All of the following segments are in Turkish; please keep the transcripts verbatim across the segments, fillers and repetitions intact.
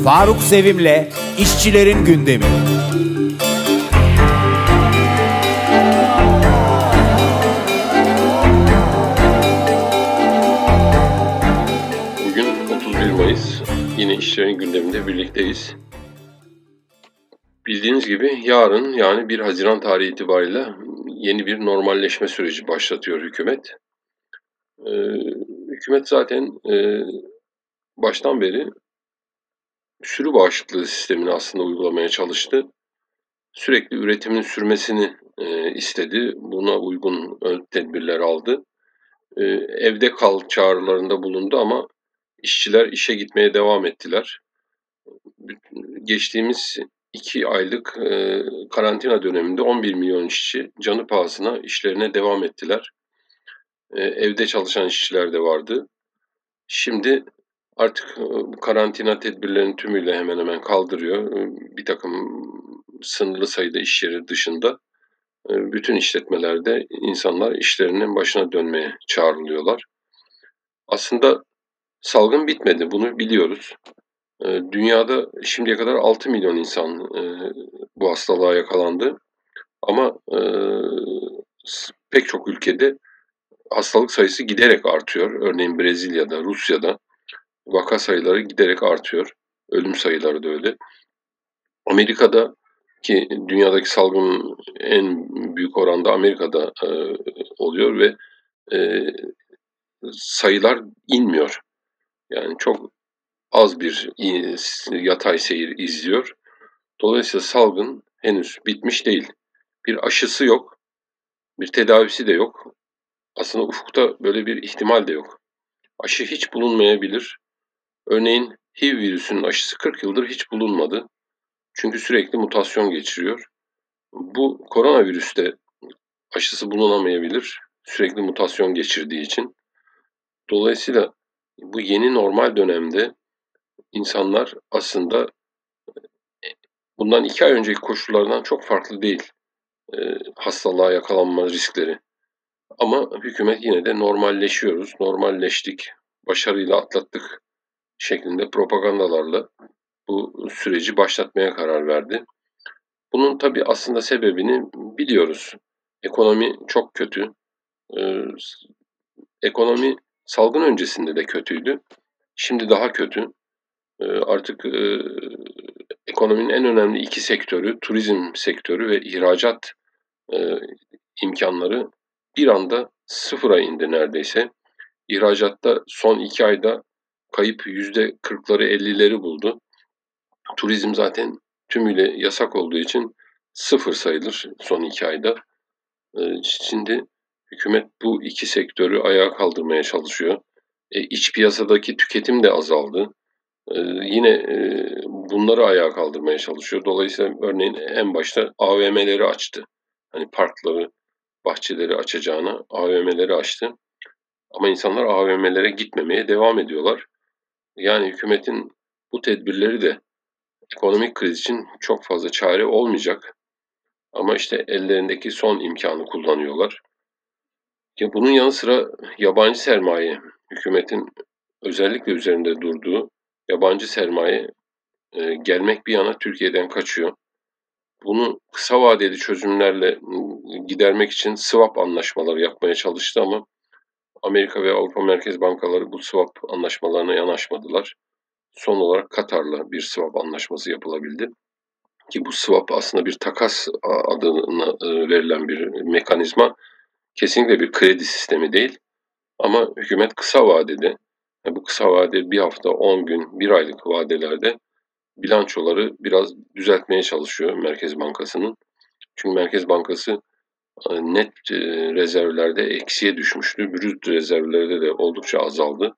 Faruk Sevim'le İşçilerin Gündemi. Bugün otuz bir Mayıs, yine İşçilerin Gündemi'nde birlikteyiz. Bildiğiniz gibi yarın, yani bir Haziran tarihi itibariyle yeni bir normalleşme süreci başlatıyor hükümet. Ee, hükümet zaten e, baştan beri sürü bağışıklığı sistemini aslında uygulamaya çalıştı. Sürekli üretimin sürmesini e, istedi. Buna uygun ön tedbirler aldı. E, evde kal çağrılarında bulundu ama işçiler işe gitmeye devam ettiler. Geçtiğimiz iki aylık e, karantina döneminde on bir milyon işçi canı pahasına işlerine devam ettiler. E, evde çalışan işçiler de vardı. Şimdi artık e, karantina tedbirlerinin tümüyle hemen hemen kaldırıyor. E, bir takım sınırlı sayıda iş yeri dışında e, bütün işletmelerde insanlar işlerinin başına dönmeye çağrılıyorlar. Aslında salgın bitmedi, bunu biliyoruz. E, Dünyada şimdiye kadar altı milyon insan e, bu hastalığa yakalandı. Ama e, pek çok ülkede hastalık sayısı giderek artıyor. Örneğin Brezilya'da, Rusya'da vaka sayıları giderek artıyor. Ölüm sayıları da öyle. Amerika'da, ki dünyadaki salgının en büyük oranda Amerika'da e, oluyor ve e, sayılar inmiyor. Yani çok az bir yatay seyir izliyor. Dolayısıyla salgın henüz bitmiş değil. Bir aşısı yok, bir tedavisi de yok. Aslında ufukta böyle bir ihtimal de yok. Aşı hiç bulunmayabilir. Örneğin H I V virüsünün aşısı kırk yıldır hiç bulunmadı. Çünkü sürekli mutasyon geçiriyor. Bu koronavirüs de aşısı bulunamayabilir. Sürekli mutasyon geçirdiği için. Dolayısıyla bu yeni normal dönemde insanlar aslında bundan iki ay önceki koşullardan çok farklı değil. E, hastalığa yakalanma riskleri. Ama hükümet yine de normalleşiyoruz, normalleştik, başarıyla atlattık şeklinde propagandalarla bu süreci başlatmaya karar verdi. Bunun tabii aslında sebebini biliyoruz. Ekonomi çok kötü. Ee, ekonomi salgın öncesinde de kötüydü. Şimdi daha kötü. Ee, artık e, ekonominin en önemli iki sektörü, turizm sektörü ve ihracat e, imkanları bir anda sıfıra indi neredeyse. İhracatta son iki ayda kayıp yüzde kırkları ellileri buldu. Turizm zaten tümüyle yasak olduğu için sıfır sayılır son iki ayda. Ee, Şimdi hükümet bu iki sektörü ayağa kaldırmaya çalışıyor. E, iç piyasadaki tüketim de azaldı. Ee, yine e, bunları ayağa kaldırmaya çalışıyor. Dolayısıyla örneğin en başta A V M'leri açtı. Hani parkları, bahçeleri açacağına A V M'leri açtı. Ama insanlar A V M'lere gitmemeye devam ediyorlar. Yani hükümetin bu tedbirleri de ekonomik kriz için çok fazla çare olmayacak. Ama işte ellerindeki son imkanı kullanıyorlar. Ya bunun yanı sıra yabancı sermaye, hükümetin özellikle üzerinde durduğu yabancı sermaye e, gelmek bir yana Türkiye'den kaçıyor. Bunu kısa vadeli çözümlerle gidermek için swap anlaşmaları yapmaya çalıştı ama Amerika ve Avrupa Merkez Bankaları bu swap anlaşmalarına yanaşmadılar. Son olarak Katar'la bir swap anlaşması yapılabildi. Ki bu swap aslında bir takas adına verilen bir mekanizma. Kesinlikle bir kredi sistemi değil. Ama hükümet kısa vadede, bu kısa vade bir hafta, on gün, bir aylık vadelerde bilançoları biraz düzeltmeye çalışıyor Merkez Bankası'nın. Çünkü Merkez Bankası net rezervlerde eksiye düşmüştü. Brüt rezervlerde de oldukça azaldı.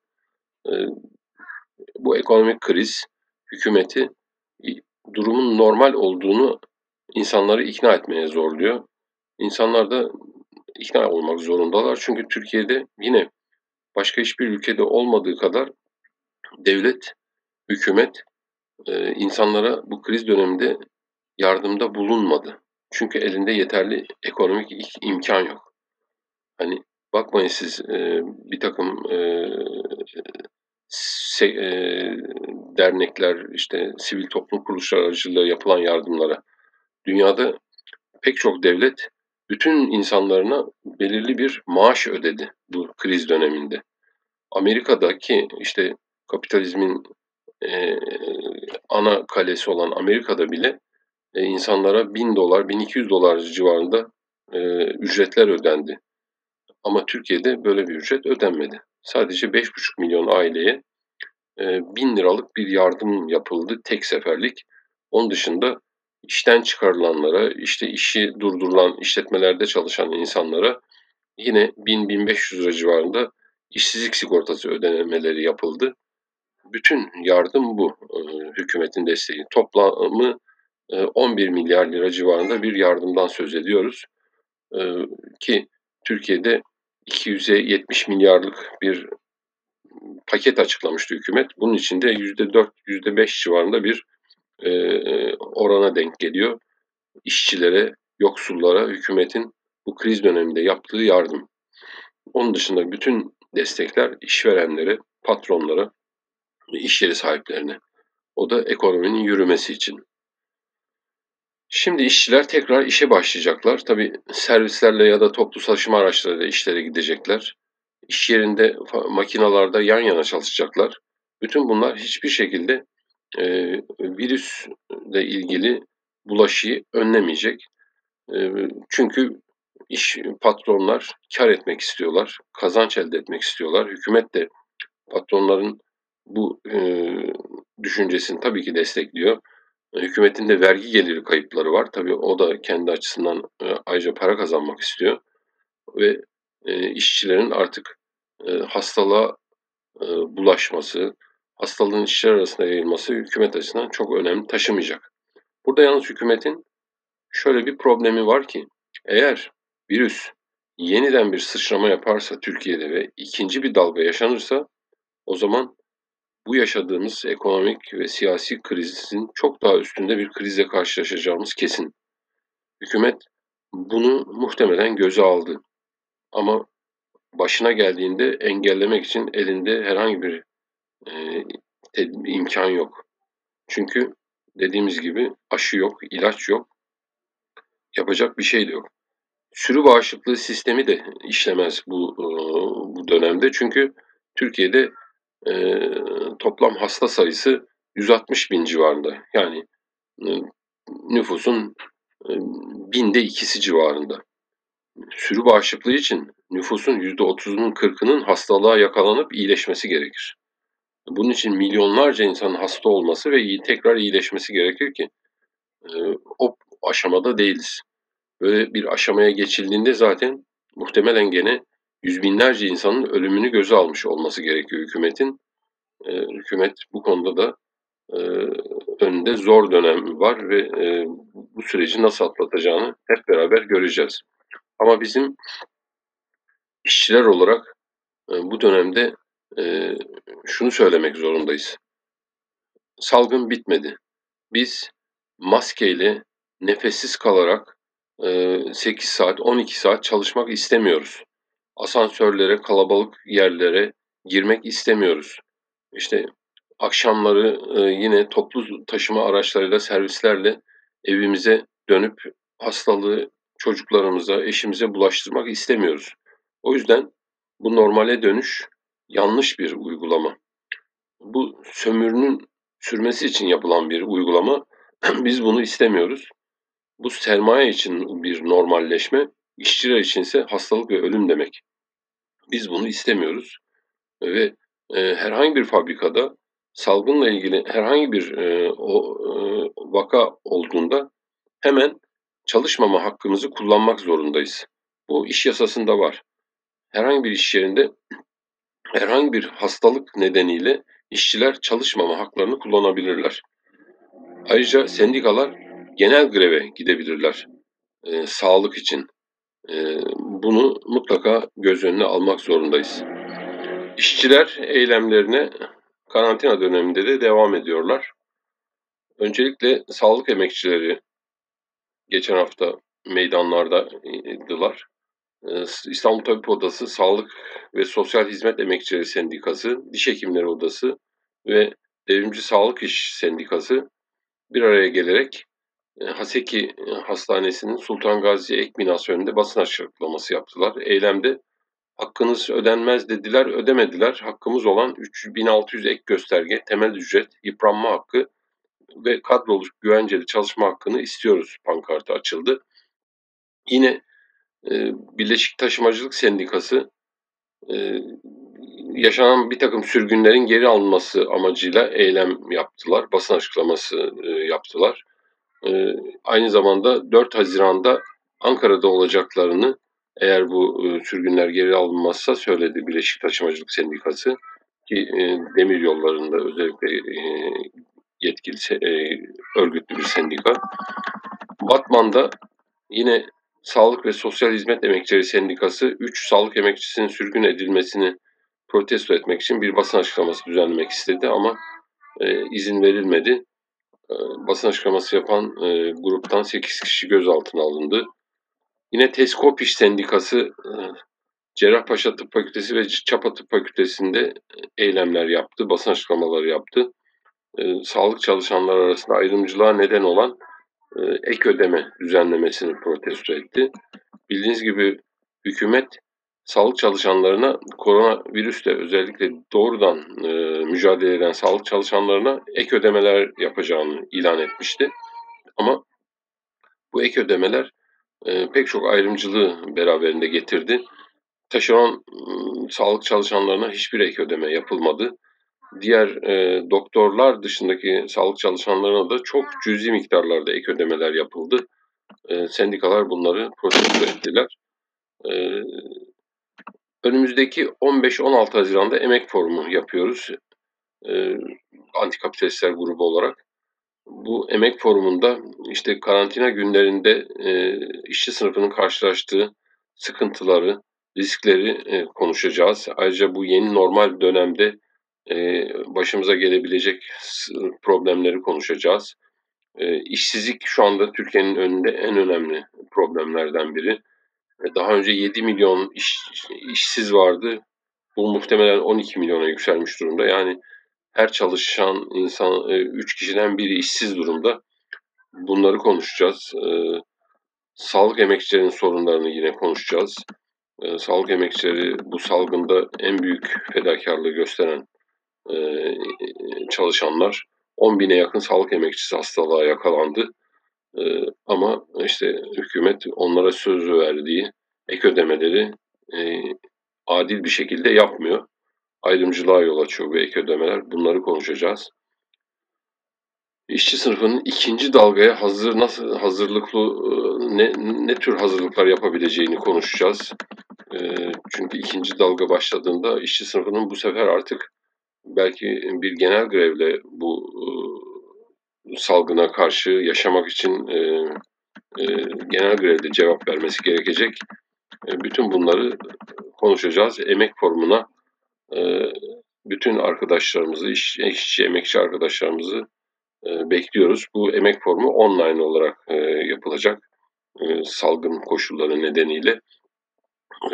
Bu ekonomik kriz hükümeti durumun normal olduğunu insanları ikna etmeye zorluyor. İnsanlar da ikna olmak zorundalar. Çünkü Türkiye'de yine başka hiçbir ülkede olmadığı kadar devlet, hükümet e, insanlara bu kriz döneminde yardımda bulunmadı. Çünkü elinde yeterli ekonomik imkan yok. Hani bakmayın siz e, bir takım e, se, e, dernekler, işte sivil toplum kuruluşları aracılığıyla yapılan yardımlara. Dünyada pek çok devlet bütün insanlarına belirli bir maaş ödedi bu kriz döneminde. Amerika'daki işte kapitalizmin e, ana kalesi olan Amerika'da bile e, insanlara bin dolar, bin iki yüz dolar civarında e, ücretler ödendi. Ama Türkiye'de böyle bir ücret ödenmedi. Sadece beş buçuk milyon aileye e, bin liralık bir yardım yapıldı tek seferlik. Onun dışında işten çıkarılanlara, işte işi durdurulan işletmelerde çalışan insanlara yine bin bin beş yüz lira civarında işsizlik sigortası ödemeleri yapıldı. Bütün yardım bu e, hükümetin desteği. Toplamı e, on bir milyar lira civarında bir yardımdan söz ediyoruz. E, ki Türkiye'de iki yüz yetmiş milyarlık bir paket açıklamıştı hükümet. Bunun içinde yüzde dört, yüzde beş civarında bir e, orana denk geliyor. İşçilere, yoksullara hükümetin bu kriz döneminde yaptığı yardım. Onun dışında bütün destekler işverenlere, patronlara, iş yeri sahiplerine. O da ekonominin yürümesi için. Şimdi işçiler tekrar işe başlayacaklar. Tabii servislerle ya da toplu taşıma araçlarıyla işlere gidecekler. İş yerinde makinalarda yan yana çalışacaklar. Bütün bunlar hiçbir şekilde e, virüsle ilgili bulaşıyı önlemeyecek. E, çünkü iş patronlar kar etmek istiyorlar, kazanç elde etmek istiyorlar. Hükümet de patronların bu e, düşüncesini tabii ki destekliyor. Hükümetin de vergi geliri kayıpları var. Tabii o da kendi açısından e, ayrıca para kazanmak istiyor ve e, işçilerin artık e, hastalığa e, bulaşması, hastalığın işçiler arasında yayılması hükümet açısından çok önemli taşımayacak. Burada yalnız hükümetin şöyle bir problemi var ki, eğer virüs yeniden bir sıçrama yaparsa Türkiye'de ve ikinci bir dalga yaşanırsa, o zaman bu yaşadığımız ekonomik ve siyasi krizin çok daha üstünde bir krizle karşılaşacağımız kesin. Hükümet bunu muhtemelen göze aldı. Ama başına geldiğinde engellemek için elinde herhangi bir e, imkan yok. Çünkü dediğimiz gibi aşı yok, ilaç yok, yapacak bir şey de yok. Sürü bağışıklığı sistemi de işlemez bu e, bu dönemde. Çünkü Türkiye'de e, toplam hasta sayısı yüz altmış bin civarında. Yani e, nüfusun e, binde ikisi civarında. Sürü bağışıklığı için nüfusun yüzde otuzunun kırkının hastalığa yakalanıp iyileşmesi gerekir. Bunun için milyonlarca insanın hasta olması ve iyi, tekrar iyileşmesi gerekir ki e, o aşamada değiliz. Böyle bir aşamaya geçildiğinde zaten muhtemelen gene yüz binlerce insanın ölümünü göze almış olması gerekiyor hükümetin. E, hükümet bu konuda da e, önünde zor dönem var ve e, bu süreci nasıl atlatacağını hep beraber göreceğiz. Ama bizim işçiler olarak e, bu dönemde e, şunu söylemek zorundayız. Salgın bitmedi. Biz maskeyle nefessiz kalarak e, sekiz saat, on iki saat çalışmak istemiyoruz. Asansörlere, kalabalık yerlere girmek istemiyoruz. İşte akşamları e, yine toplu taşıma araçlarıyla, servislerle evimize dönüp hastalığı çocuklarımıza, eşimize bulaştırmak istemiyoruz. O yüzden bu normale dönüş yanlış bir uygulama. Bu sömürünün sürmesi için yapılan bir uygulama. Biz bunu istemiyoruz. Bu sermaye için bir normalleşme, işçiler içinse hastalık ve ölüm demek. Biz bunu istemiyoruz ve e, herhangi bir fabrikada salgınla ilgili herhangi bir e, o e, vaka olduğunda hemen çalışmama hakkımızı kullanmak zorundayız. Bu iş yasasında var. Herhangi bir iş yerinde herhangi bir hastalık nedeniyle işçiler çalışmama haklarını kullanabilirler. Ayrıca sendikalar genel greve gidebilirler e, sağlık için. E, bunu mutlaka göz önüne almak zorundayız. İşçiler eylemlerine karantina döneminde de devam ediyorlar. Öncelikle sağlık emekçileri geçen hafta meydanlardaydılar. E, İstanbul Tabip Odası, Sağlık ve Sosyal Hizmet Emekçileri Sendikası, Diş Hekimleri Odası ve Devrimci Sağlık İş Sendikası bir araya gelerek e, Haseki Hastanesi'nin Sultan Gazi Ek binası önünde basın açıklaması yaptılar. Eylemde hakkınız ödenmez dediler, ödemediler. Hakkımız olan üç bin altı yüz ek gösterge, temel ücret, yıpranma hakkı ve kadrolu güvenceli çalışma hakkını istiyoruz pankartı açıldı. Yine e, Birleşik Taşımacılık Sendikası e, yaşanan bir takım sürgünlerin geri alınması amacıyla eylem yaptılar, basın açıklaması e, yaptılar. E, aynı zamanda dört Haziran'da Ankara'da olacaklarını, eğer bu e, sürgünler geri alınmazsa söyledi Birleşik Taşımacılık Sendikası ki e, demir yollarında özellikle e, yetkili e, örgütlü bir sendika. Batman'da yine Sağlık ve Sosyal Hizmet Emekçileri Sendikası üç sağlık emekçisinin sürgün edilmesini protesto etmek için bir basın açıklaması düzenlemek istedi ama e, izin verilmedi. E, basın açıklaması yapan e, gruptan sekiz kişi gözaltına alındı. Yine Teskopiş Sendikası e, Cerrahpaşa Tıp Fakültesi ve Çapa Tıp Fakültesi'nde eylemler yaptı, basın açıklamaları yaptı. E, sağlık çalışanları arasında ayrımcılığa neden olan e, ek ödeme düzenlemesini protesto etti. Bildiğiniz gibi hükümet sağlık çalışanlarına, koronavirüsle özellikle doğrudan e, mücadele eden sağlık çalışanlarına ek ödemeler yapacağını ilan etmişti. Ama bu ek ödemeler e, pek çok ayrımcılığı beraberinde getirdi. Taşeron e, sağlık çalışanlarına hiçbir ek ödeme yapılmadı. Diğer e, doktorlar dışındaki sağlık çalışanlarına da çok cüzi miktarlarda ek ödemeler yapıldı. E, sendikalar bunları protesto ettiler. E, önümüzdeki on beş on altı Haziran'da emek forumu yapıyoruz. E, Antikapitalistler grubu olarak. Bu emek forumunda işte karantina günlerinde e, işçi sınıfının karşılaştığı sıkıntıları, riskleri e, konuşacağız. Ayrıca bu yeni normal dönemde e, başımıza gelebilecek problemleri konuşacağız. E, işsizlik şu anda Türkiye'nin önünde en önemli problemlerden biri. Daha önce yedi milyon iş, işsiz vardı. Bu muhtemelen on iki milyona yükselmiş durumda. Yani her çalışan insan, üç kişiden biri işsiz durumda. Bunları konuşacağız. Ee, sağlık emekçilerinin sorunlarını yine konuşacağız. Ee, sağlık emekçileri bu salgında en büyük fedakarlığı gösteren e, çalışanlar. on bine yakın sağlık emekçisi hastalığa yakalandı. Ee, ama işte hükümet onlara söz verdiği ek ödemeleri e, adil bir şekilde yapmıyor. Ayrımcılığa yol açıyor bu ek ödemeler. Bunları konuşacağız. İşçi sınıfının ikinci dalgaya hazır nasıl hazırlıklı ne ne tür hazırlıklar yapabileceğini konuşacağız. E, çünkü ikinci dalga başladığında işçi sınıfının bu sefer artık belki bir genel grevle bu e, salgına karşı yaşamak için e, e, genel grevde cevap vermesi gerekecek. E, bütün bunları konuşacağız. Emek forumuna e, bütün arkadaşlarımızı, iş, işçi, emekçi arkadaşlarımızı e, bekliyoruz. Bu emek forumu online olarak e, yapılacak e, salgın koşulları nedeniyle. E,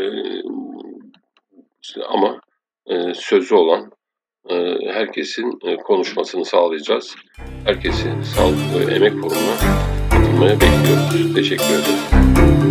ama e, sözü olan e, herkesin e, konuşmasını sağlayacağız. Herkesi sağlık ve emek forumuna katılmaya bekliyoruz. Teşekkür ederim.